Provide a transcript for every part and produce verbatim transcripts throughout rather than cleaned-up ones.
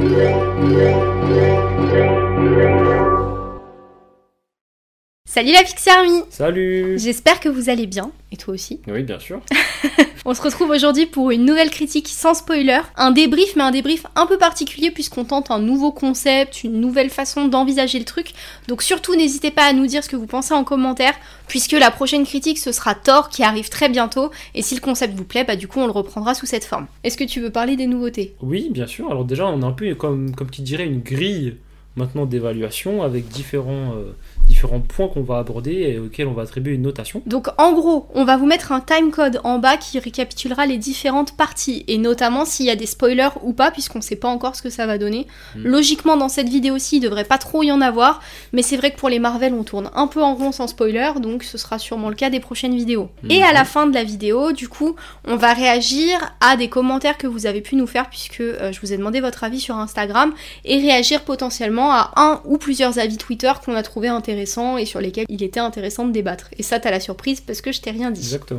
Salut la Pixie Army! Salut! J'espère que vous allez bien, et toi aussi. Oui, bien sûr. On se retrouve aujourd'hui pour une nouvelle critique sans spoiler, un débrief, mais un débrief un peu particulier puisqu'on tente un nouveau concept, une nouvelle façon d'envisager le truc. Donc surtout n'hésitez pas à nous dire ce que vous pensez en commentaire, puisque la prochaine critique ce sera Thor qui arrive très bientôt, et si le concept vous plaît, bah du coup on le reprendra sous cette forme. Est-ce que tu veux parler des nouveautés? Oui, bien sûr. Alors déjà, on a un peu comme, comme tu dirais une grille maintenant d'évaluation avec différents, euh, différents points qu'on va aborder et auxquels on va attribuer une notation. Donc en gros, on va vous mettre un timecode en bas qui récapitulera les différentes parties, et notamment s'il y a des spoilers ou pas, puisqu'on sait pas encore ce que ça va donner. Mmh. Logiquement, dans cette vidéo-ci, il devrait pas trop y en avoir, mais c'est vrai que pour les Marvel, on tourne un peu en rond sans spoiler, donc ce sera sûrement le cas des prochaines vidéos. Mmh. Et à la fin de la vidéo, du coup, on va réagir à des commentaires que vous avez pu nous faire, puisque euh, je vous ai demandé votre avis sur Instagram, et réagir potentiellement à un ou plusieurs avis Twitter qu'on a trouvé intéressants et sur lesquels il était intéressant de débattre. Et ça, t'as la surprise parce que je t'ai rien dit. Exactement.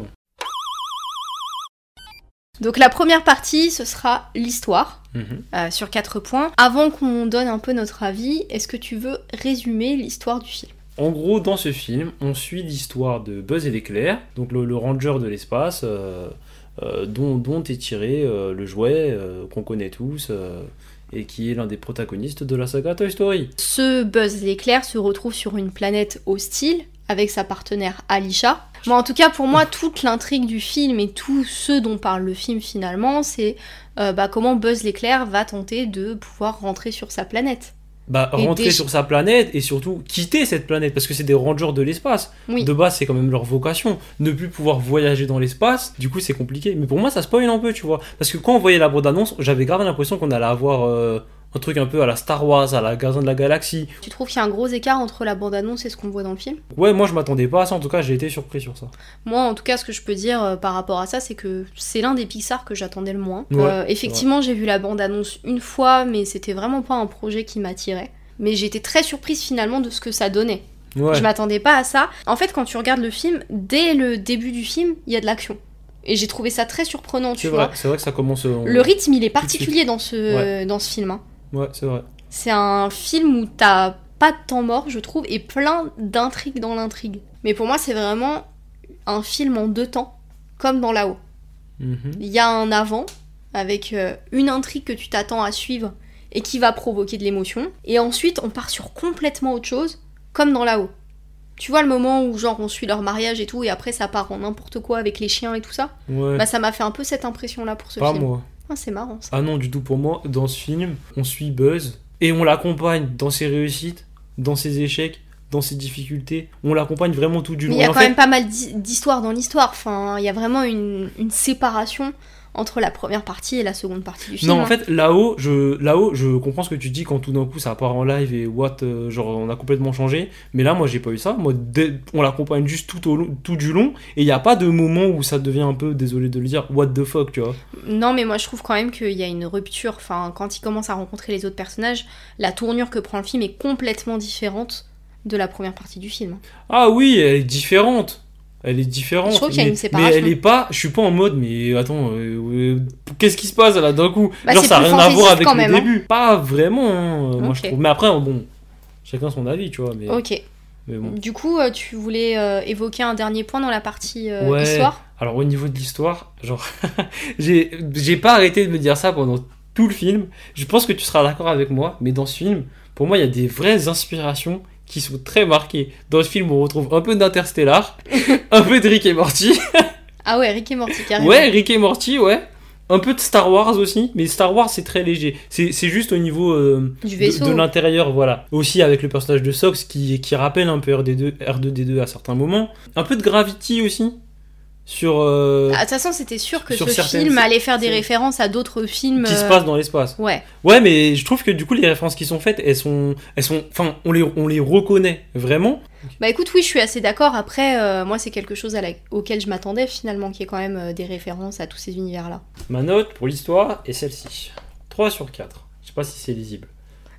Donc la première partie, ce sera l'histoire, mmh. euh, sur quatre points. Avant qu'on donne un peu notre avis, est-ce que tu veux résumer l'histoire du film ? En gros, dans ce film, on suit l'histoire de Buzz et l'éclair, donc le, le ranger de l'espace, euh, euh, dont, dont est tiré euh, le jouet euh, qu'on connaît tous, euh, et qui est l'un des protagonistes de la saga Toy Story. Ce Buzz l'éclair se retrouve sur une planète hostile, avec sa partenaire Alisha. Bon, en tout cas, pour moi, toute l'intrigue du film et tout ce dont parle le film finalement, c'est euh, bah, comment Buzz l'éclair va tenter de pouvoir rentrer sur sa planète. Bah, et rentrer des... sur sa planète et surtout quitter cette planète, parce que c'est des rangers de l'espace. Oui. De base, c'est quand même leur vocation. Ne plus pouvoir voyager dans l'espace, du coup, c'est compliqué. Mais pour moi, ça spoil un peu, tu vois. Parce que quand on voyait la bande-annonce, j'avais grave l'impression qu'on allait avoir euh, un truc un peu à la Star Wars, à la Gardien de la Galaxie. Tu trouves qu'il y a un gros écart entre la bande-annonce et ce qu'on voit dans le film ? Ouais, moi, je m'attendais pas à ça. En tout cas, j'ai été surpris sur ça. Moi, en tout cas, ce que je peux dire euh, par rapport à ça, c'est que c'est l'un des Pixar que j'attendais le moins. Ouais, euh, effectivement, j'ai vu la bande-annonce une fois, mais c'était vraiment pas un projet qui m'attirait. Mais j'étais très surprise finalement de ce que ça donnait. Ouais. Je m'attendais pas à ça. En fait, quand tu regardes le film, dès le début du film, il y a de l'action. Et j'ai trouvé ça très surprenant, tu c'est vois. Vrai, c'est vrai que ça commence... En... Le rythme, il est particulier dans ce, ouais. dans ce film. Hein. Ouais, c'est vrai. C'est un film où t'as pas de temps mort, je trouve, et plein d'intrigues dans l'intrigue. Mais pour moi, c'est vraiment un film en deux temps, comme dans Là-haut. Mm-hmm. Il y a un avant, avec euh, une intrigue que tu t'attends à suivre, et qui va provoquer de l'émotion, et ensuite on part sur complètement autre chose, comme dans Là-haut. Tu vois le moment où genre on suit leur mariage et tout, et après ça part en n'importe quoi avec les chiens et tout ça. Ouais. Bah ça m'a fait un peu cette impression-là pour ce Pas film. Moi. Ah, c'est marrant ça. Ah non, du tout pour moi. Dans ce film, on suit Buzz, et on l'accompagne dans ses réussites, dans ses échecs, dans ses difficultés. On l'accompagne vraiment tout du long. Mais il y a en quand fait... même pas mal d'histoires dans l'histoire, enfin, il y a vraiment une, une séparation entre la première partie et la seconde partie du film. Non, en hein. fait, là-haut, je, là-haut, je comprends ce que tu dis quand tout d'un coup ça part en live et what, euh, genre on a complètement changé. Mais là, moi, j'ai pas eu ça. Moi, dès, on l'accompagne juste tout, au long, tout du long et il n'y a pas de moment où ça devient un peu, désolé de le dire, what the fuck, tu vois. Non, mais moi, je trouve quand même qu'il y a une rupture. Enfin, quand il commence à rencontrer les autres personnages, la tournure que prend le film est complètement différente de la première partie du film. Ah oui, elle est différente. Elle est différente. Je trouve qu'il y a mais, une séparation. Mais elle est pas. Je suis pas en mode, mais attends, euh, euh, qu'est-ce qui se passe là d'un coup bah, genre ça a rien à voir avec le même, début. Hein. Pas vraiment, hein, okay. moi je trouve. Mais après, bon, chacun son avis, tu vois. Mais... Ok. Mais bon. Du coup, euh, tu voulais euh, évoquer un dernier point dans la partie euh, ouais. histoire. Alors au niveau de l'histoire, genre, j'ai, j'ai pas arrêté de me dire ça pendant tout le film. Je pense que tu seras d'accord avec moi, mais dans ce film, pour moi, il y a des vraies inspirations qui sont très marquées. Dans ce film, on retrouve un peu d'Interstellar, un peu de Rick et Morty. Ah ouais, Rick et Morty, carrément. Ouais, Rick et Morty, ouais. Un peu de Star Wars aussi, mais Star Wars, c'est très léger. C'est, c'est juste au niveau euh, du vaisseau. De, de l'intérieur, voilà. Aussi avec le personnage de Sox qui, qui rappelle un peu R D deux, R deux D deux à certains moments. Un peu de Gravity aussi. Sur. Euh, ah, de toute façon, c'était sûr que sur ce film c'est, allait faire des références à d'autres films. Qui euh... se passent dans l'espace. Ouais. Ouais, mais je trouve que du coup, les références qui sont faites, elles sont. Elles sont enfin, on les, on les reconnaît vraiment. Bah écoute, oui, je suis assez d'accord. Après, euh, moi, c'est quelque chose à la... auquel je m'attendais finalement, qui est quand même euh, des références à tous ces univers-là. Ma note pour l'histoire est celle-ci. trois sur quatre. Je sais pas si c'est lisible.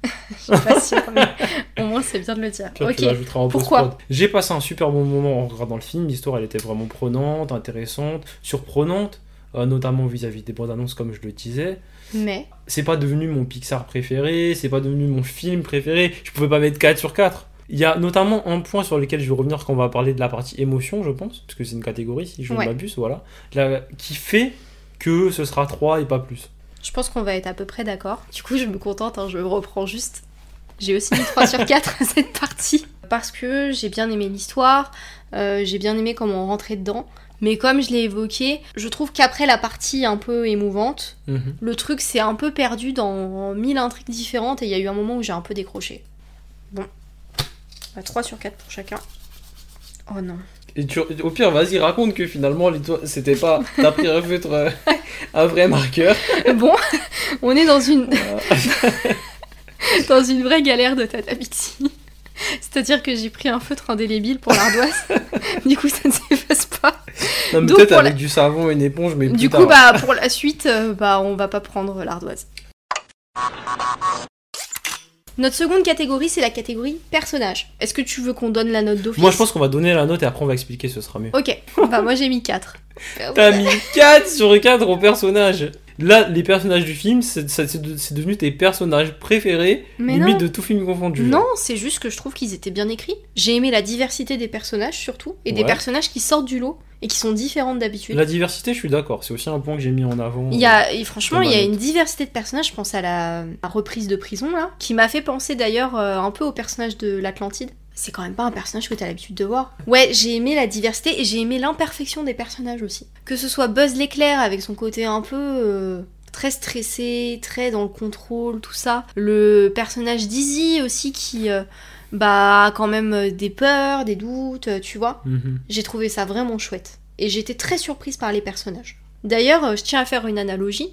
Je suis pas sûre, mais au moins c'est bien de le dire. Pierre, ok. Tu l'ajouteras en Pourquoi post-prod. J'ai passé un super bon moment en regardant le film. L'histoire, elle était vraiment prenante, intéressante, surprenante. euh, notamment vis-à-vis des bandes annonces, comme je le disais. Mais C'est pas devenu mon Pixar préféré, c'est pas devenu mon film préféré, je pouvais pas mettre quatre sur quatre. Il y a notamment un point sur lequel je vais revenir quand on va parler de la partie émotion, je pense, parce que c'est une catégorie, si je ne Ouais. m'abuse, voilà, la- qui fait que ce sera trois et pas plus. je pense qu'on va être à peu près d'accord. Du coup, je me contente, hein, je reprends juste. J'ai aussi mis trois sur quatre à cette partie. Parce que j'ai bien aimé l'histoire, euh, j'ai bien aimé comment on rentrait dedans. Mais comme je l'ai évoqué, je trouve qu'après la partie un peu émouvante, Mhm. le truc s'est un peu perdu dans mille intrigues différentes et il y a eu un moment où j'ai un peu décroché. Bon. Bah, trois sur quatre pour chacun. Oh non. Et tu- au pire, vas-y, raconte que finalement, les toi- c'était pas ta pris un feutre, euh, un vrai marqueur. Bon, on est dans une... dans une vraie galère de Tata Pixie. C'est-à-dire que j'ai pris un feutre indélébile pour l'ardoise. Du coup, ça ne s'efface pas. Non, mais Donc, peut-être pour avec la- du savon et une éponge, mais plus Du tard. coup, bah, pour la suite, euh, bah, on va pas prendre l'ardoise. Notre seconde catégorie, c'est la catégorie personnage. Est-ce que tu veux qu'on donne la note d'office? Moi, je pense qu'on va donner la note et après on va expliquer, ce sera mieux. Ok, bah moi j'ai mis quatre. T'as mis quatre sur quatre aux personnages. Là, les personnages du film, c'est, ça- c'est de- c'est devenu tes personnages préférés, Mais limite non. de tout film confondu. Non, c'est juste que je trouve qu'ils étaient bien écrits. J'ai aimé la diversité des personnages surtout, et des Ouais. personnages qui sortent du lot et qui sont différents d'habitude. La diversité, je suis d'accord, c'est aussi un point que j'ai mis en avant. Il y a, et franchement, dans il ma y a note. une diversité de personnages, je pense à la, la reprise de prison là, qui m'a fait penser d'ailleurs euh, un peu au personnage de l'Atlantide. C'est quand même pas un personnage que t'as l'habitude de voir. Ouais, j'ai aimé la diversité et j'ai aimé l'imperfection des personnages aussi. Que ce soit Buzz l'éclair avec son côté un peu euh, très stressé, très dans le contrôle, tout ça. Le personnage d'Izzy aussi qui euh, bah, a quand même euh, des peurs, des doutes, euh, tu vois. Mhm. J'ai trouvé ça vraiment chouette. Et j'étais très surprise par les personnages. D'ailleurs, euh, je tiens à faire une analogie.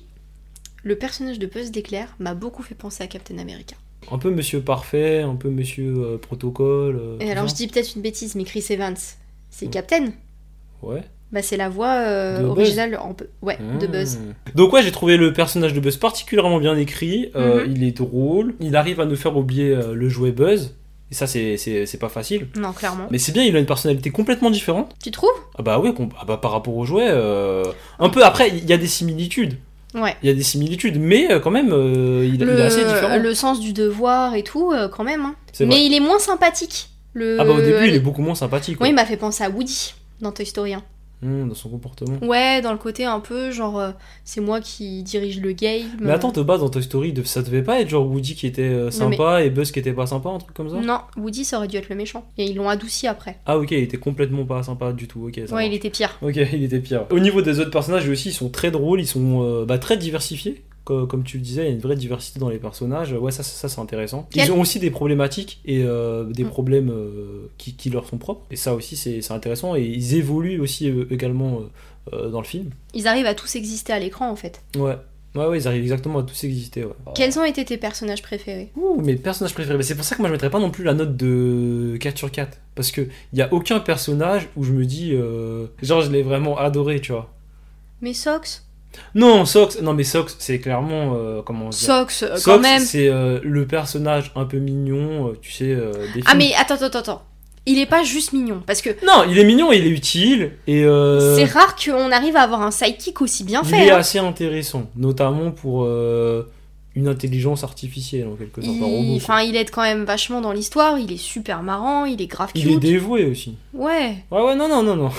Le personnage de Buzz l'éclair m'a beaucoup fait penser à Captain America. Un peu Monsieur Parfait, un peu Monsieur euh, Protocole. euh, Et tout alors ça. je dis peut-être une bêtise, mais Chris Evans, c'est Mm. Captain. Ouais. Bah c'est la voix euh, De Buzz. originale en... ouais, de Mmh. Buzz. Donc ouais, j'ai trouvé le personnage de Buzz particulièrement bien écrit. Euh, Mhm. Il est drôle. Il arrive à nous faire oublier euh, le jouet Buzz. Et ça, c'est, c'est, c'est pas facile. Non, clairement. Mais c'est bien, il a une personnalité complètement différente. Tu trouves? Ah bah ouais, com- ah bah par rapport au jouet. euh, Un peu après, il y a des similitudes. Ouais. Il y a des similitudes, mais euh, quand même, euh, il, il est assez différent. le sens du devoir et tout, euh, quand même. Hein. C'est Mais vrai. il est moins sympathique. Le... Ah bah au début, il est beaucoup moins sympathique. Oui, Ouais. il m'a fait penser à Woody dans Toy Story un. Mmh, dans son comportement. Ouais, dans le côté un peu genre euh, c'est moi qui dirige le game. Mais attends, de base, dans Toy Story, de- ça devait pas être genre Woody qui était euh, sympa et Buzz qui était pas sympa, un truc comme ça? Non, Woody ça aurait dû être le méchant. Et ils l'ont adouci après. Ah ok, il était complètement pas sympa du tout, ok. Ça Ouais, marche. il était pire. Ok, il était pire. Au niveau des autres personnages aussi, ils sont très drôles, ils sont euh, bah, très diversifiés. Co- Comme tu le disais, il y a une vraie diversité dans les personnages. Ouais, ça, ça, ça, c'est intéressant. Quel- Ils ont aussi des problématiques et euh, des Mm. problèmes euh, qui, qui leur sont propres. Et ça aussi, c'est c'est intéressant. Et ils évoluent aussi euh, également euh, euh, dans le film. Ils arrivent à tous exister à l'écran en fait. Ouais. Ouais, ouais, ils arrivent exactement à tous exister. Ouais. Quels ont été tes personnages préférés? Ouh, mes personnages préférés. Mais c'est pour ça que moi je mettrais pas non plus la note de quatre sur quatre. Parce que il y a aucun personnage où je me dis, euh, genre, je l'ai vraiment adoré, tu vois. Mais Sox? Non, Sox, non mais Sox, c'est clairement euh, comment dire. Sox, euh, quand Sox, même. c'est euh, le personnage un peu mignon, euh, tu sais, euh, des films. Ah mais attends, attends, attends. Il est pas juste mignon, parce que Non, il est mignon, il est utile et euh, c'est rare qu'on arrive à avoir un sidekick aussi bien il fait. est hein. assez intéressant, notamment pour euh, une intelligence artificielle en quelque sorte, un robot. Il... quoi. Enfin, il aide quand même vachement dans l'histoire, il est super marrant, il est grave cute. Il est dévoué aussi. Ouais. Ouais, ouais, non, non, non, non.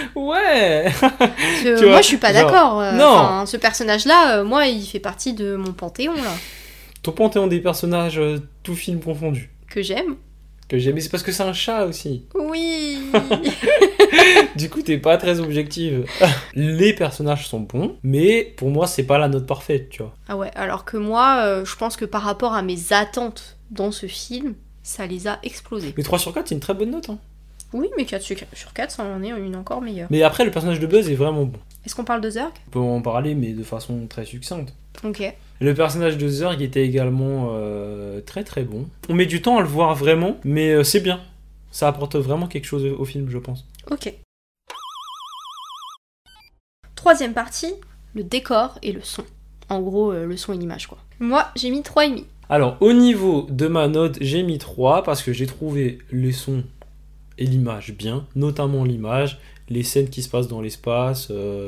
ouais. Que Tu moi vois, je suis pas genre, d'accord. euh, non. enfin, ce personnage-là, euh, moi il fait partie de mon panthéon là, Ton panthéon des personnages, euh, tout film confondu, que j'aime. que j'aime. Mais c'est parce que c'est un chat aussi. Oui. Du coup, t'es pas très objective. Les personnages sont bons, mais pour moi, c'est pas la note parfaite, tu vois. Ah ouais, alors que moi, euh, je pense que par rapport à mes attentes dans ce film, ça les a explosés. Mais trois sur quatre, c'est une très bonne note. Hein. Oui, mais quatre sur quatre, ça en est une encore meilleure. Mais après, le personnage de Buzz est vraiment bon. Est-ce qu'on parle de Zurg? On peut en parler, mais de façon très succincte. Ok. Le personnage de Zurg était également euh, très très bon. On met du temps à le voir vraiment, mais euh, c'est bien. Ça apporte vraiment quelque chose au film, je pense. Ok. Troisième partie, le décor et le son. En gros, euh, le son et l'image, quoi. Moi, j'ai mis trois virgule cinq. Alors, au niveau de ma note, j'ai mis trois parce que j'ai trouvé les sons et l'image bien, notamment l'image, les scènes qui se passent dans l'espace, euh,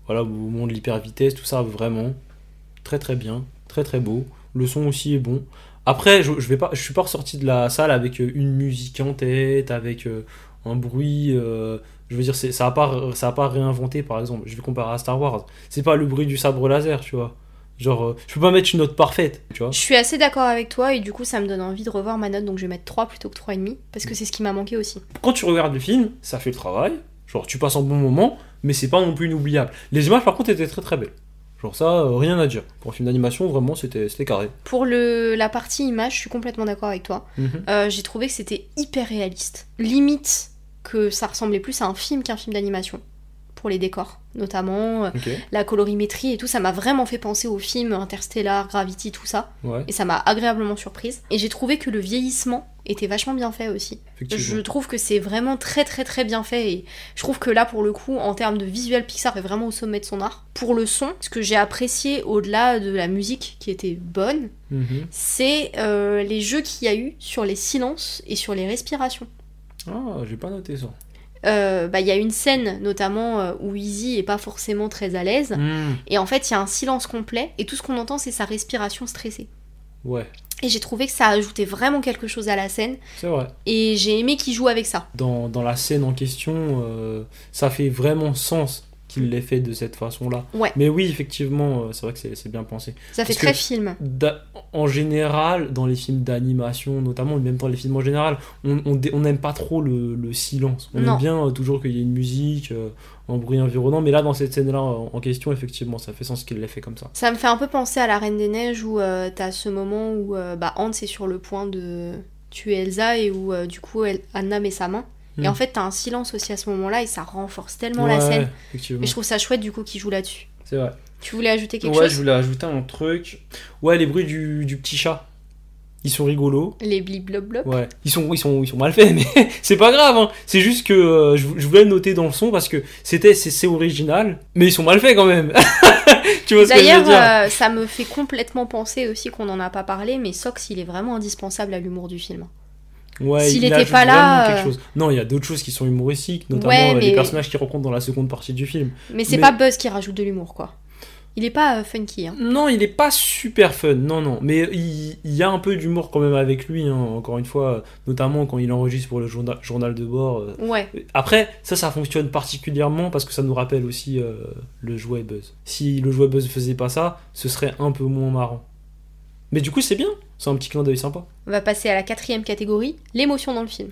Voilà, au moment de l'hyper vitesse, tout ça, vraiment très très bien, très très beau. Le son aussi est bon. Après, je, je vais pas, je suis pas ressorti de la salle avec une musique en tête, avec euh, un bruit. Euh, je veux dire, c'est, ça a pas, ça a pas réinventé, par exemple. Je vais comparer à Star Wars. C'est pas le bruit du sabre laser, tu vois. Genre, euh, je peux pas mettre une note parfaite, tu vois. Je suis assez d'accord avec toi et du coup ça me donne envie de revoir ma note, donc je vais mettre trois plutôt que trois virgule cinq parce que c'est ce qui m'a manqué aussi. Quand tu regardes le film, ça fait le travail. Genre, tu passes un bon moment, mais c'est pas non plus inoubliable. Les images, par contre, étaient très très belles. Genre ça, euh, rien à dire. Pour un film d'animation, vraiment, c'était, c'était carré. Pour le, la partie image, je suis complètement d'accord avec toi. Mhm. Euh, j'ai trouvé que c'était hyper réaliste. Limite que ça ressemblait plus à un film qu'un film d'animation. Pour les décors, notamment euh, Ok, la colorimétrie et tout, ça m'a vraiment fait penser aux films Interstellar, Gravity, tout ça. ouais, Et ça m'a agréablement surprise. Et j'ai trouvé que le vieillissement était vachement bien fait aussi. effectivement. Je trouve que c'est vraiment très très très bien fait et je trouve que là pour le coup en termes de visuel Pixar est vraiment au sommet de son art. Pour le son, ce que j'ai apprécié au-delà de la musique qui était bonne, Mhm. c'est euh, les jeux qu'il y a eu sur les silences et sur les respirations. Ah, j'ai pas noté ça. Euh, bah, y a une scène notamment euh, où Izzy est pas forcément très à l'aise Mhm. et en fait il y a un silence complet et tout ce qu'on entend c'est sa respiration stressée. Ouais, Et j'ai trouvé que ça ajoutait vraiment quelque chose à la scène c'est vrai. et j'ai aimé qu'il joue avec ça. Dans, dans la scène en question, euh, ça fait vraiment sens qu'il l'ait fait de cette façon-là. Ouais. Mais oui, effectivement, euh, c'est vrai que c'est, c'est bien pensé. Ça fait Parce très que- film. Da- en général, dans les films d'animation, notamment, même dans les films en général, on on dé- on n'aime pas trop le, le silence. On Non. aime bien euh, toujours qu'il y ait une musique, euh, un bruit environnant. Mais là, dans cette scène-là en, en question, effectivement, ça fait sens qu'il l'ait fait comme ça. Ça me fait un peu penser à la Reine des Neiges où euh, t'as ce moment où euh, bah, Hans est sur le point de tuer Elsa et où euh, du coup elle- Anna met sa main. Et Hmm. en fait t'as un silence aussi à ce moment-là et ça renforce tellement la Ouais, scène. effectivement. Et je trouve ça chouette du coup qu'il joue là-dessus. C'est vrai. Tu voulais ajouter quelque Ouais, chose je voulais ajouter un truc. Ouais, les bruits du, du petit chat. Ils sont rigolos. Les blip blop blop. Ouais, ils sont, ils sont, ils sont mal faits, mais c'est pas grave. Hein. C'est juste que euh, je, je voulais le noter dans le son parce que c'était, c'est, c'est original, mais ils sont mal faits quand même. Tu vois ce que je veux D'ailleurs, dire euh, ça me fait complètement penser aussi qu'on en a pas parlé, mais Sox il est vraiment indispensable à l'humour du film. Ouais, s'il il était ajoute pas là, vraiment quelque euh, chose. Non, il y a d'autres choses qui sont humoristiques, notamment Ouais, euh, les mais- personnages qu'il rencontre dans la seconde partie du film. Mais c'est Mais- pas Buzz qui rajoute de l'humour quoi. Il est pas euh, funky. Hein. Non, il est pas super fun, non, non. Mais il, il y a un peu d'humour quand même avec lui, hein, encore une fois, notamment quand il enregistre pour le journal, journal de bord. euh. Ouais. Après, ça, ça fonctionne particulièrement parce que ça nous rappelle aussi euh, le jouet Buzz. Si le jouet Buzz faisait pas ça, ce serait un peu moins marrant. Mais du coup, c'est bien, c'est un petit clin d'œil sympa. On va passer à la quatrième catégorie, l'émotion dans le film.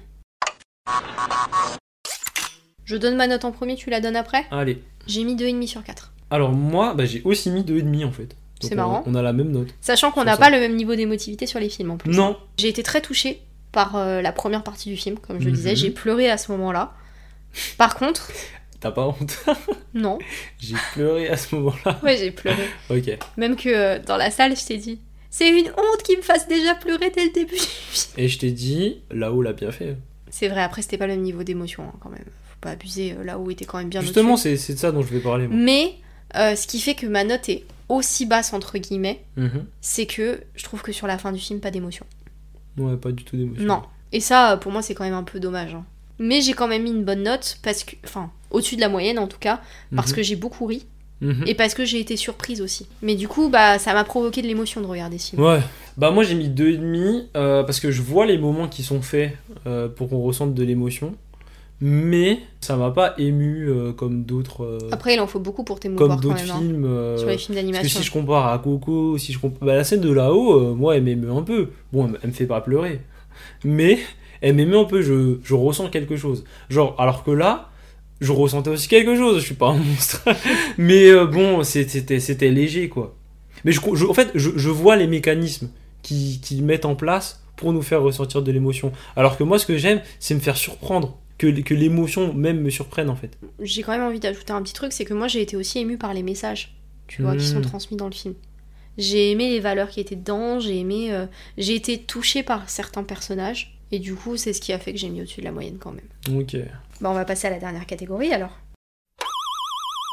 Je donne ma note en premier, tu la donnes après. Allez. J'ai mis deux virgule cinq sur quatre. Alors moi, bah, j'ai aussi mis deux virgule cinq en fait. Donc C'est on- marrant. On a la même note. Sachant qu'on Sur n'a ça. pas le même niveau d'émotivité sur les films en plus. Non. J'ai été très touchée par euh, la première partie du film, comme je le Mhm. disais. J'ai pleuré à ce moment-là. Par contre, T'as pas honte. non. J'ai pleuré à ce moment-là. Ouais, j'ai pleuré. Ok. Même que euh, dans la salle, je t'ai dit, c'est une honte qu'il me fasse déjà pleurer dès le début du film. Et je t'ai dit, là-haut l'a bien fait. C'est vrai, après, c'était pas le même niveau d'émotion hein, quand même. Faut pas abuser. euh, Là où était quand même bien Justement, au-dessus. c'est, c'est de ça dont je vais parler moi. Mais euh, ce qui fait que ma note est aussi basse, entre guillemets, Mhm. c'est que je trouve que sur la fin du film, pas d'émotion. Ouais, pas du tout d'émotion. Non. Et ça, pour moi, c'est quand même un peu dommage. hein. Mais j'ai quand même mis une bonne note, parce que, enfin, au-dessus de la moyenne en tout cas, parce Mhm. que j'ai beaucoup ri, Mhm. et parce que j'ai été surprise aussi. Mais du coup, bah, ça m'a provoqué de l'émotion de regarder ce film. Ouais. Bah moi j'ai mis deux virgule cinq euh, parce que je vois les moments qui sont faits euh, pour qu'on ressente de l'émotion. Mais ça m'a pas ému euh, comme d'autres euh, Après, il en faut beaucoup pour t'émouvoir comme quand d'autres même, hein, films. euh, sur les films Parce que d'animation. si je compare à Coco, si je compare... bah, la scène de là-haut, euh, moi elle m'émeut un peu. Bon, elle me- elle me fait pas pleurer. Mais elle m'émeut un peu, je, je ressens quelque chose. Genre, alors que là, je ressentais aussi quelque chose, je suis pas un monstre. Mais euh, bon, c'était, c'était léger quoi. Mais je, je- en fait, je, je vois les mécanismes qui, qui mettent en place pour nous faire ressentir de l'émotion. Alors que moi, ce que j'aime, c'est me faire surprendre. Que, que l'émotion même me surprenne en fait. J'ai quand même envie d'ajouter un petit truc, c'est que moi, j'ai été aussi émue par les messages, tu vois, qui Mmh. sont transmis dans le film. J'ai aimé les valeurs qui étaient dedans, j'ai aimé... euh, j'ai été touchée par certains personnages, et du coup, c'est ce qui a fait que j'ai mis au-dessus de la moyenne quand même. Ok. Bah, on va passer à la dernière catégorie alors.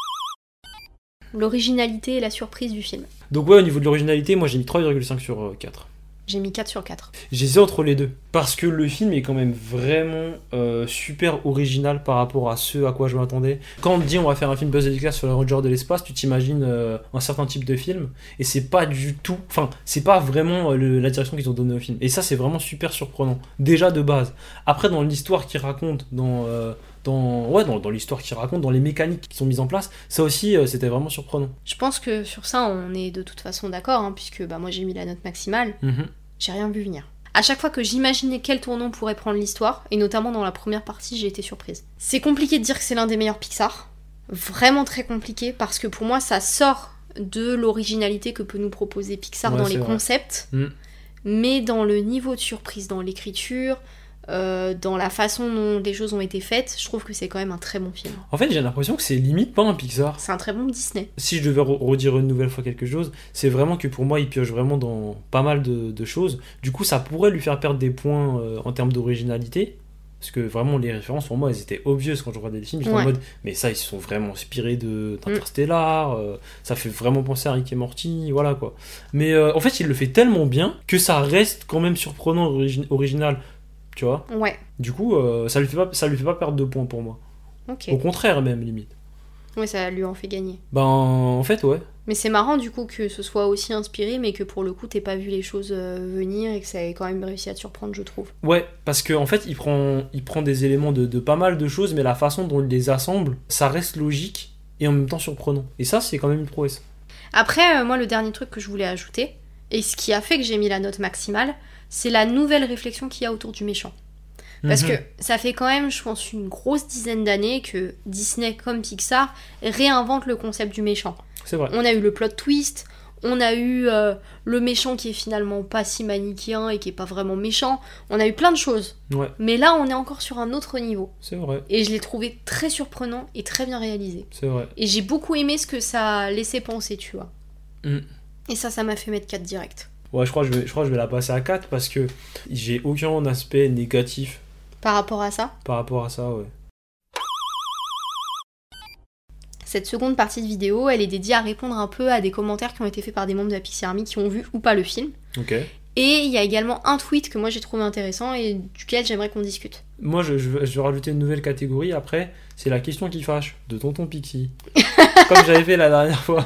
L'originalité et la surprise du film. Donc ouais, au niveau de l'originalité, moi j'ai mis trois virgule cinq sur euh, quatre. J'ai mis quatre sur quatre. J'hésite entre les deux. Parce que le film est quand même vraiment euh, super original par rapport à ce à quoi je m'attendais. Quand on te dit on va faire un film Buzz Lightyear sur les Rangers de l'espace, tu t'imagines euh, un certain type de film. Et c'est pas du tout... Enfin, c'est pas vraiment euh, le, la direction qu'ils ont donnée au film. Et ça, c'est vraiment super surprenant. Déjà de base. Après, dans l'histoire qu'ils racontent, dans... Euh, Dans, ouais, dans, dans l'histoire qu'il raconte, dans les mécaniques qui sont mises en place, ça aussi euh, c'était vraiment surprenant. Je pense que sur ça on est de toute façon d'accord, hein, puisque bah, moi j'ai mis la note maximale, Mm-hmm. j'ai rien vu venir. À chaque fois que j'imaginais quel tournant pourrait prendre l'histoire, et notamment dans la première partie, j'ai été surprise. C'est compliqué de dire que c'est l'un des meilleurs Pixar, vraiment très compliqué, parce que pour moi ça sort de l'originalité que peut nous proposer Pixar Ouais, dans c'est les vrai. concepts, Mm. mais dans le niveau de surprise, dans l'écriture, Euh, dans la façon dont les choses ont été faites, je trouve que c'est quand même un très bon film. En fait, j'ai l'impression que c'est limite pas un Pixar. C'est un très bon Disney. Si je devais re- redire une nouvelle fois quelque chose, c'est vraiment que pour moi, il pioche vraiment dans pas mal de, de choses. Du coup, ça pourrait lui faire perdre des points euh, en termes d'originalité. Parce que vraiment, les références, pour moi, elles étaient obvious quand je regardais les films. J'étais Ouais. en mode, mais ça, ils se sont vraiment inspirés de, d'Interstellar. euh, ça fait vraiment penser à Rick et Morty. Voilà quoi. Mais euh, en fait, il le fait tellement bien que ça reste quand même surprenant, origi- original. Tu vois? Ouais, Du coup, euh, ça lui fait pas, ça lui fait pas perdre de points pour moi. ok. Au contraire, même, limite. Ouais, ça lui en fait gagner. Ben, en fait, ouais. Mais c'est marrant du coup que ce soit aussi inspiré, mais que pour le coup t'aies pas vu les choses euh, venir et que ça ait quand même réussi à te surprendre, je trouve. Ouais, parce qu'en en fait, il prend, il prend des éléments de, de pas mal de choses, mais la façon dont il les assemble, ça reste logique et en même temps surprenant. Et ça, c'est quand même une prouesse. Après, euh, moi, le dernier truc que je voulais ajouter, et ce qui a fait que j'ai mis la note maximale, c'est la nouvelle réflexion qu'il y a autour du méchant. Parce Mhm. que ça fait quand même, je pense, une grosse dizaine d'années que Disney, comme Pixar, réinvente le concept du méchant. C'est vrai. On a eu le plot twist, on a eu euh, le méchant qui est finalement pas si manichéen et qui est pas vraiment méchant. On a eu plein de choses. Ouais, Mais là, on est encore sur un autre niveau. c'est vrai. Et je l'ai trouvé très surprenant et très bien réalisé. C'est vrai. Et j'ai beaucoup aimé ce que ça laissait penser, tu vois. Mm. Et ça, ça m'a fait mettre quatre direct. Ouais, je crois, que je vais, je crois que je vais la passer à quatre parce que j'ai aucun aspect négatif Par rapport à ça, par rapport à ça, ouais. cette seconde partie de vidéo, elle est dédiée à répondre un peu à des commentaires qui ont été faits par des membres de la Pixie Army qui ont vu ou pas le film. Ok. Et il y a également un tweet que moi j'ai trouvé intéressant et duquel j'aimerais qu'on discute. Moi, je, je, vais- je vais rajouter une nouvelle catégorie après. C'est la question qui fâche de Tonton Pixie. Comme j'avais fait la dernière fois,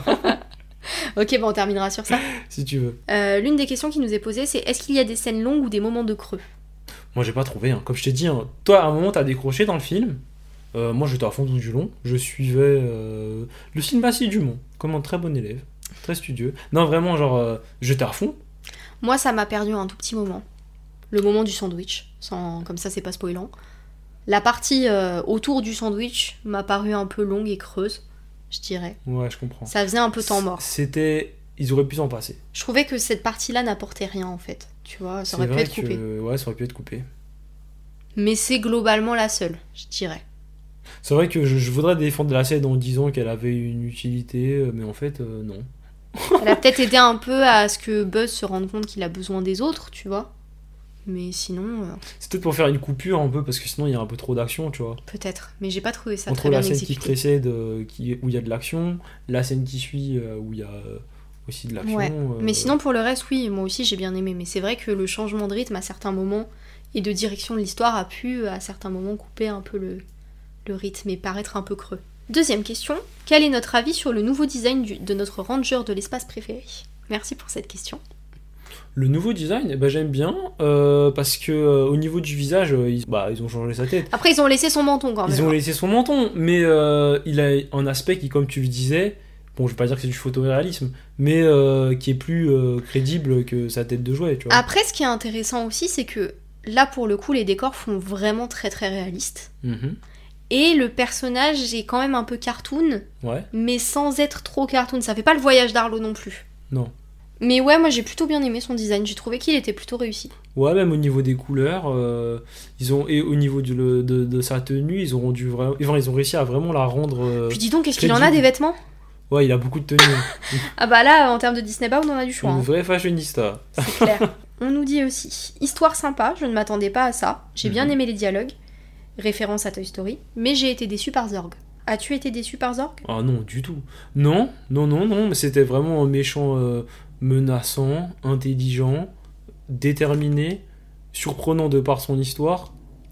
Ok, bon, on terminera sur ça. si tu veux. Euh, L'une des questions qui nous est posée, c'est est-ce qu'il y a des scènes longues ou des moments de creux? Moi, j'ai pas trouvé. Hein. Comme je t'ai dit, hein, toi, à un moment, t'as décroché dans le film. Euh, moi, j'étais à fond tout du long. Je suivais euh, le film assidûment, comme un très bon élève, très studieux. Non, vraiment, genre, euh, j'étais à fond. Moi, ça m'a perdu un tout petit moment. Le moment du sandwich, sans... comme ça c'est pas spoilant. La partie euh, autour du sandwich m'a paru un peu longue et creuse, je dirais. Ouais, je comprends. Ça faisait un peu temps mort. C'était. Ils auraient pu s'en passer. Je trouvais que cette partie-là n'apportait rien en fait. Tu vois, ça C'est aurait pu vrai être coupé. que. Ouais, ça aurait pu être coupé. Mais c'est globalement la seule, je dirais. C'est vrai que je, je voudrais défendre la scène en disant qu'elle avait une utilité, euh, mais en fait, euh, non. Elle a peut-être aidé un peu à ce que Buzz se rende compte qu'il a besoin des autres, tu vois. Mais sinon, euh, C'est peut-être pour faire une coupure un peu, parce que sinon il y a un peu trop d'action, tu vois. peut-être. Mais j'ai pas trouvé ça Entre très bien la scène qui exécuté. précède, euh, qui, où il y a de l'action, la scène qui suit, euh, où il y a euh, aussi de l'action. Ouais. euh, Mais sinon, pour le reste, oui, moi aussi j'ai bien aimé. Mais c'est vrai que le changement de rythme à certains moments et de direction de l'histoire a pu, à certains moments, couper un peu le, le rythme et paraître un peu creux. Deuxième question, quel est notre avis sur le nouveau design du- de notre ranger de l'espace préféré? Merci pour cette question. Le nouveau design, eh ben, j'aime bien, euh, parce que euh, au niveau du visage, euh, ils, bah, ils ont changé sa tête. Après, ils ont laissé son menton quand même. Ils ont laissé son menton, mais euh, il a un aspect qui, comme tu le disais, bon, je vais pas dire que c'est du photoréalisme, mais euh, qui est plus euh, crédible que sa tête de jouet, tu vois. Après, ce qui est intéressant aussi, c'est que là, pour le coup, les décors font vraiment très très réalistes. Mhm. Et le personnage est quand même un peu cartoon, Ouais, mais sans être trop cartoon. Ça fait pas le voyage d'Arlo non plus. non. Mais ouais, moi j'ai plutôt bien aimé son design. J'ai trouvé qu'il était plutôt réussi. Ouais, même au niveau des couleurs, euh, ils ont, et au niveau du- le- de, de sa tenue, ils ont rendu vraiment, enfin, ils ont réussi à vraiment la rendre. euh, Puis dis donc, est-ce qu'il en a crédible. des vêtements? Ouais, il a beaucoup de tenues. Ah bah là, en termes de Disney Bound, on a du choix. Une hein. vraie fashionista. C'est clair. On nous dit aussi, histoire sympa, je ne m'attendais pas à ça. J'ai bien Mhm. aimé les dialogues, référence à Toy Story, mais j'ai été déçue par Zorg. As-tu été déçue par Zorg? Ah non, du tout. Non, non, non, non, mais c'était vraiment un méchant euh, menaçant, intelligent, déterminé, surprenant de par son histoire,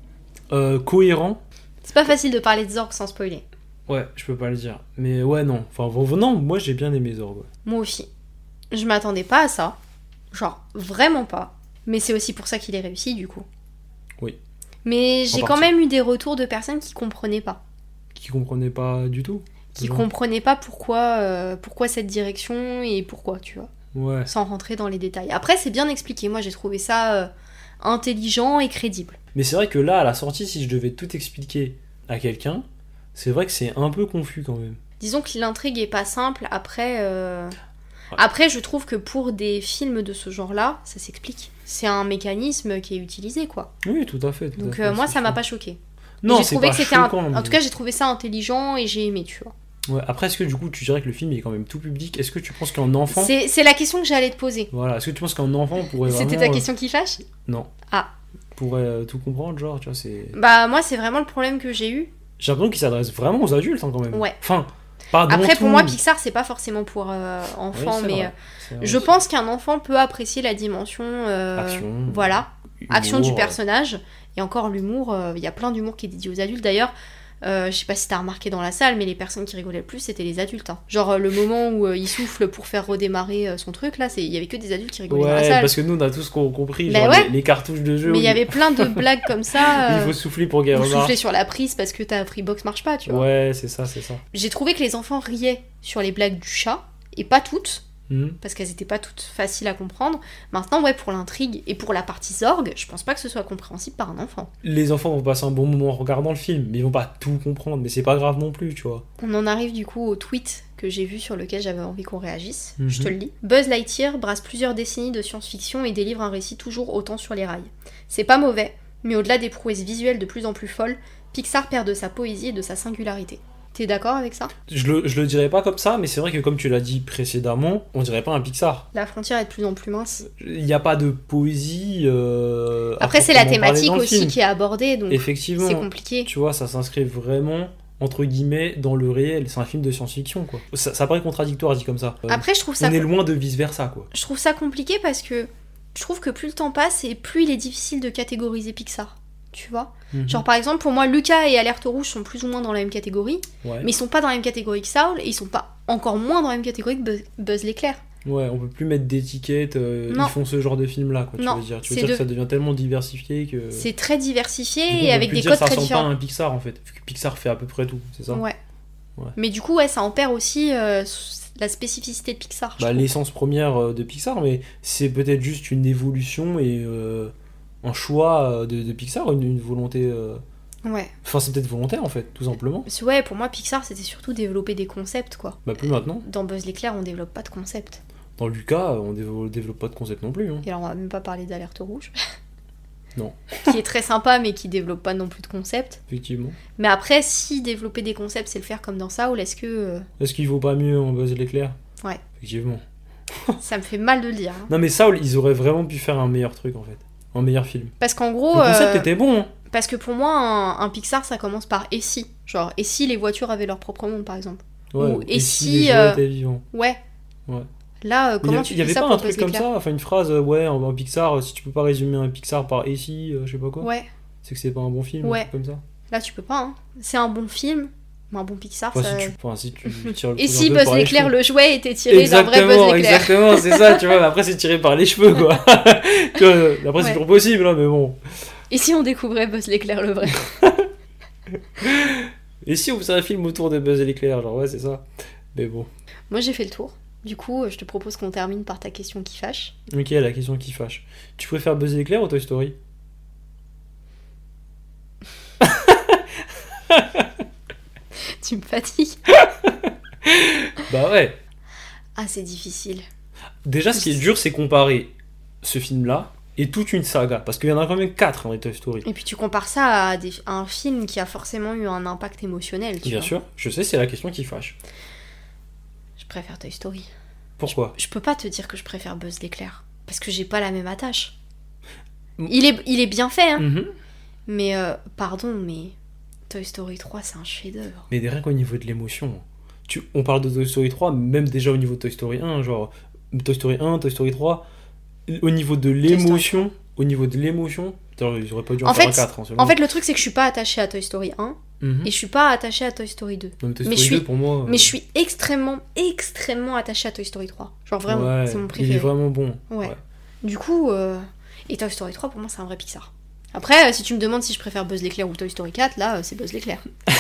euh, cohérent. C'est pas facile de parler de Zorg sans spoiler. Ouais, je peux pas le dire. Mais ouais, non. Enfin, non, moi j'ai bien aimé Zorg. Ouais. Moi aussi. Je m'attendais pas à ça. Genre, vraiment pas. Mais c'est aussi pour ça qu'il est réussi, du coup. Oui. Mais j'ai En quand partie. même eu des retours de personnes qui comprenaient pas. Qui comprenaient pas du tout. Qui Genre. comprenaient pas pourquoi, euh, pourquoi cette direction et pourquoi, tu vois. Ouais. Sans rentrer dans les détails. Après, c'est bien expliqué. Moi, j'ai trouvé ça euh, intelligent et crédible. Mais c'est vrai que là, à la sortie, si je devais tout expliquer à quelqu'un, c'est vrai que c'est un peu confus quand même. Disons que l'intrigue est pas simple. Après, euh... Ouais. après, je trouve que pour des films de ce genre-là, ça s'explique. C'est un mécanisme qui est utilisé, quoi. Oui, tout à fait. Tout Donc à fait, euh, moi, c'est ça m'a sûr. pas choqué. Non, j'ai c'est trouvé pas que c'était un... choquant, mais- En tout cas, j'ai trouvé ça intelligent et j'ai aimé, tu vois. Ouais. Après, est-ce que du coup, tu dirais que le film est quand même tout public? Est-ce que tu penses qu'un enfant... C'est c'est la question que j'allais te poser. Voilà, est-ce que tu penses qu'un enfant pourrait vraiment... C'était ta euh, question qui fâche? Non. Ah. Pourrait euh, tout comprendre, genre, tu vois, c'est... Bah moi, c'est vraiment le problème que j'ai eu. J'ai l'impression qu'il s'adresse vraiment aux adultes, hein, quand même. Ouais. Enfin, pas dans Après, tout. pour moi, Pixar, c'est pas forcément pour euh, Oui, enfants, c'est mais vrai. euh, C'est vrai je aussi. pense qu'un enfant peut apprécier la dimension... euh, Action. Voilà. Action du Humour, personnage. Et encore, l'humour, il y a plein d'humour qui est dédié aux adultes. D'ailleurs, euh, je sais pas si t'as remarqué dans la salle, mais les personnes qui rigolaient le plus, c'était les adultes. hein. Genre, euh, le moment où euh, il souffle pour faire redémarrer euh, son truc, là, il y avait que des adultes qui euh, rigolaient dans la Ouais, salle. parce que nous, on a tous com- compris, Bah genre, ouais. les, les cartouches de jeu. Mais où il y avait plein de blagues comme ça. Il euh, faut souffler pour qu'elle ou remarque. souffler sur la prise parce que ta Freebox marche pas, tu vois. Ouais, c'est ça, c'est ça. J'ai trouvé que les enfants riaient sur les blagues du chat, et pas toutes, Mhm. parce qu'elles étaient pas toutes faciles à comprendre. Maintenant, ouais, pour l'intrigue et pour la partie Zorg, je pense pas que ce soit compréhensible par un enfant. Les enfants vont passer un bon moment en regardant le film, mais ils vont pas tout comprendre, mais c'est pas grave non plus, tu vois. On en arrive du coup au tweet que j'ai vu sur lequel j'avais envie qu'on réagisse. Mhm. Je te le lis. Buzz Lightyear brasse plusieurs décennies de science-fiction et délivre un récit toujours autant sur les rails. C'est pas mauvais, mais au-delà des prouesses visuelles de plus en plus folles, Pixar perd de sa poésie et de sa singularité. T'es d'accord avec ça? Je le, je le dirais pas comme ça, mais c'est vrai que comme tu l'as dit précédemment, on dirait pas un Pixar. La frontière est de plus en plus mince. Il n'y a pas de poésie. euh, à Après, c'est la proprement parler thématique dans le aussi film. qui est abordée, donc Effectivement. c'est compliqué. Tu vois, ça s'inscrit vraiment, entre guillemets, dans le réel. C'est un film de science-fiction, quoi. Ça, ça paraît contradictoire, dit comme ça. Euh, Après, je trouve ça on est loin de vice-versa, quoi. Je trouve ça compliqué parce que je trouve que plus le temps passe et plus il est difficile de catégoriser Pixar. Tu vois? Mhm. Genre par exemple, pour moi, Luca et Alerte Rouge sont plus ou moins dans la même catégorie, Ouais. mais ils sont pas dans la même catégorie que Saul et ils sont pas encore moins dans la même catégorie que Buzz, Buzz l'éclair. Ouais, on peut plus mettre d'étiquette. euh, Non. ils font ce genre de film-là, quoi. Tu Non, veux dire, tu veux c'est dire de- que ça devient tellement diversifié que. C'est très diversifié Du coup, on et peut avec plus des dire codes ça très ressemble pas à différents. un Pixar, en fait. Vu que Pixar fait à peu près tout, c'est ça? Ouais. Ouais. Mais du coup, ouais, ça en perd aussi euh, la spécificité de Pixar. je Bah, trouve. l'essence première euh, de Pixar, mais c'est peut-être juste une évolution et euh, un choix euh, de, de Pixar, une, une volonté. euh, Ouais. Enfin, c'est peut-être volontaire en fait, tout simplement. Parce que, ouais, pour moi, Pixar, c'était surtout développer des concepts, quoi. Bah, plus maintenant. Dans Buzz l'éclair, on développe pas de concepts. Dans Lucas, on dévo- développe pas de concept non plus. Hein. Et alors, on va même pas parler d'Alerte Rouge. Non. Qui est très sympa, mais qui développe pas non plus de concepts. Effectivement. Mais après, si développer des concepts, c'est le faire comme dans Saul, est-ce que... euh, Est-ce qu'il vaut pas mieux en Buzz l'éclair? Ouais. Effectivement. Ça me fait mal de le dire. hein. Non, mais Saul, ils auraient vraiment pu faire un meilleur truc en fait. Un meilleur film. Parce qu'en gros... Le concept euh, était bon. Hein. Parce que pour moi, un, un Pixar, ça commence par et si. Genre, et si les voitures avaient leur propre monde, par exemple. Ouais. Ou, et et si, si les jouets euh, étaient vivants. Ouais. Ouais. Là, euh, Mais comment y a- tu y fais avait ça pas pour un truc Buzz comme l'éclair? ça, enfin une phrase, euh, ouais, en, en Pixar, si tu peux pas résumer un Pixar par et si, euh, je sais pas quoi. Ouais. C'est que c'est pas un bon film, Ouais. un truc comme ça. Là, tu peux pas, hein. C'est un bon film, mais un bon Pixar, Enfin, ça... si tu, enfin, si tu tires le Et truc un si peu Buzz par les l'éclair, cheveux. le jouet, était tiré d'un vrai Buzz Exactement, l'éclair? exactement, c'est ça, tu vois, mais après c'est tiré par les cheveux, quoi. Tu vois, après c'est Ouais. toujours possible, hein, mais bon. Et si on découvrait Buzz l'éclair, le vrai? Et si on faisait un film autour de Buzz l'éclair, genre, ouais, c'est ça. Mais bon. Moi, j'ai fait le tour. Du coup, je te propose qu'on termine par ta question qui fâche. Ok, la question qui fâche. Tu préfères Buzz l'éclair ou Toy Story? Tu me fatigues. Bah ouais. Ah, c'est difficile. Déjà, ce qui est dur, c'est comparer ce film-là et toute une saga. Parce qu'il y en a quand même quatre dans les Toy Story. Et puis tu compares ça à, des- à un film qui a forcément eu un impact émotionnel, tu Bien vois. sûr, je sais, c'est la question qui fâche. Je préfère Toy Story. Pourquoi? Je peux pas te dire que je préfère Buzz l'éclair. Parce que j'ai pas la même attache. Mm. Il est, il est bien fait, hein. Mhm. Mais, euh, pardon, mais Toy Story trois, c'est un chef-d'œuvre. Mais rien qu'au niveau de l'émotion. Tu, on parle de Toy Story trois, même déjà au niveau de Toy Story un, genre Toy Story un, Toy Story trois, au niveau de l'émotion, au niveau de l'émotion, ils auraient pas dû en, en faire fait, un quatre. Hein, en fait, le truc, c'est que je suis pas attachée à Toy Story un mm-hmm. et je suis pas attachée à Toy Story deux. Non, mais Toy mais Story je suis, deux, pour moi, euh... mais je suis extrêmement, extrêmement attachée à Toy Story trois. Genre vraiment, ouais, c'est mon préféré. Il est vraiment bon. Ouais. ouais. Du coup, euh... et Toy Story trois, pour moi, c'est un vrai Pixar. Après, euh, si tu me demandes si je préfère Buzz l'éclair ou Toy Story quatre, là, euh, c'est Buzz l'éclair.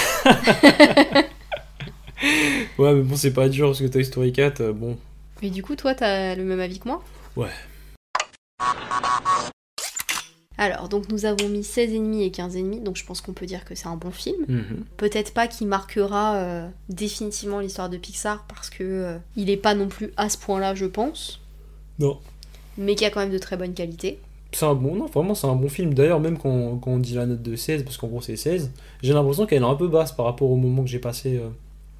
Ouais, mais bon, c'est pas dur parce que Toy Story quatre, euh, bon. Et du coup, toi, t'as le même avis que moi ? Ouais. Alors, donc nous avons mis seize virgule cinq et quinze virgule cinq, donc je pense qu'on peut dire que c'est un bon film. Mm-hmm. Peut-être pas qu'il marquera euh, définitivement l'histoire de Pixar, parce que euh, il est pas non plus à ce point-là, je pense. Non. Mais qui a quand même de très bonnes qualités. C'est un bon, non, vraiment c'est un bon film. D'ailleurs, même quand, quand on dit la note de seize, parce qu'en gros c'est seize, j'ai l'impression qu'elle est un peu basse par rapport au moment que j'ai passé euh,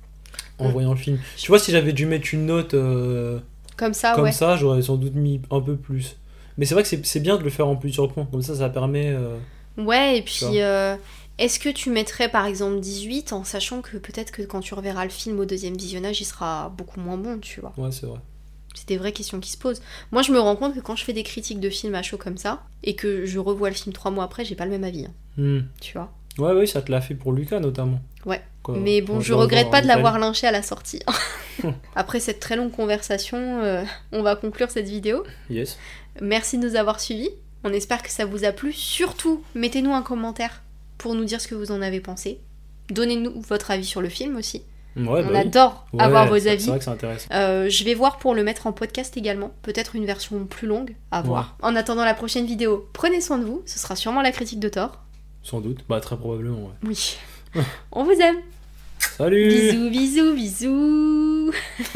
en mm. voyant le film. Tu vois, si j'avais dû mettre une note euh, comme ça, comme ouais. ça, j'aurais sans doute mis un peu plus. Mais c'est vrai que c'est, c'est bien de le faire en plusieurs points, comme ça ça permet... Euh, ouais, et puis euh, est-ce que tu mettrais par exemple dix-huit en sachant que peut-être que quand tu reverras le film au deuxième visionnage, il sera beaucoup moins bon, tu vois. Ouais, c'est vrai. C'est des vraies questions qui se posent. Moi, je me rends compte que quand je fais des critiques de films à chaud comme ça, et que je revois le film trois mois après, j'ai pas le même avis. Hein. Mm. Tu vois. Ouais, oui, ça te l'a fait pour Lucas notamment. Ouais. Quoi, mais bon, je regrette pas de l'avoir lynché à la sortie. Après cette très longue conversation, euh, on va conclure cette vidéo. Yes. Merci de nous avoir suivis. On espère que ça vous a plu. Surtout, mettez-nous un commentaire pour nous dire ce que vous en avez pensé. Donnez-nous votre avis sur le film aussi. Ouais, on bah adore oui. avoir ouais, vos c'est, avis. C'est vrai que c'est intéressant. Euh, je vais voir pour le mettre en podcast également. Peut-être une version plus longue, à voir. Ouais. En attendant la prochaine vidéo, prenez soin de vous. Ce sera sûrement la critique de Thor. Sans doute. Bah très probablement, ouais. Oui. On vous aime. Salut. Bisous, bisous, bisous.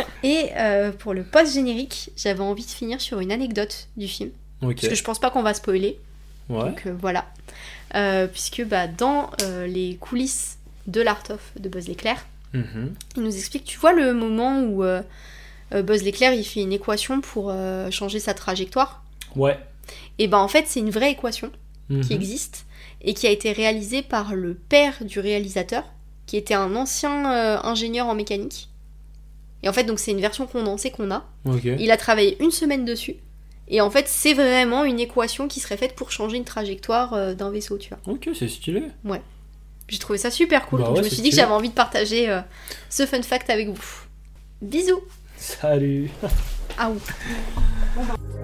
Et euh, pour le post-générique, j'avais envie de finir sur une anecdote du film. Okay. Parce que je pense pas qu'on va spoiler. Ouais. Donc euh, voilà. Euh, puisque bah, dans euh, les coulisses de l'Art of de Buzz l'éclair, mm-hmm. il nous explique, tu vois le moment où euh, Buzz l'éclair il fait une équation pour euh, changer sa trajectoire. Ouais. Et ben en fait c'est une vraie équation mm-hmm. qui existe et qui a été réalisée par le père du réalisateur, qui était un ancien euh, ingénieur en mécanique. Et en fait donc c'est une version condensée qu'on a. Okay. Il a travaillé une semaine dessus. Et en fait, c'est vraiment une équation qui serait faite pour changer une trajectoire euh, d'un vaisseau, tu vois. Ok, c'est stylé. Ouais. J'ai trouvé ça super cool. Bah donc ouais, je me suis stylé. dit que j'avais envie de partager euh, ce fun fact avec vous. Bisous. Salut. Ah ouh. Bon, bah.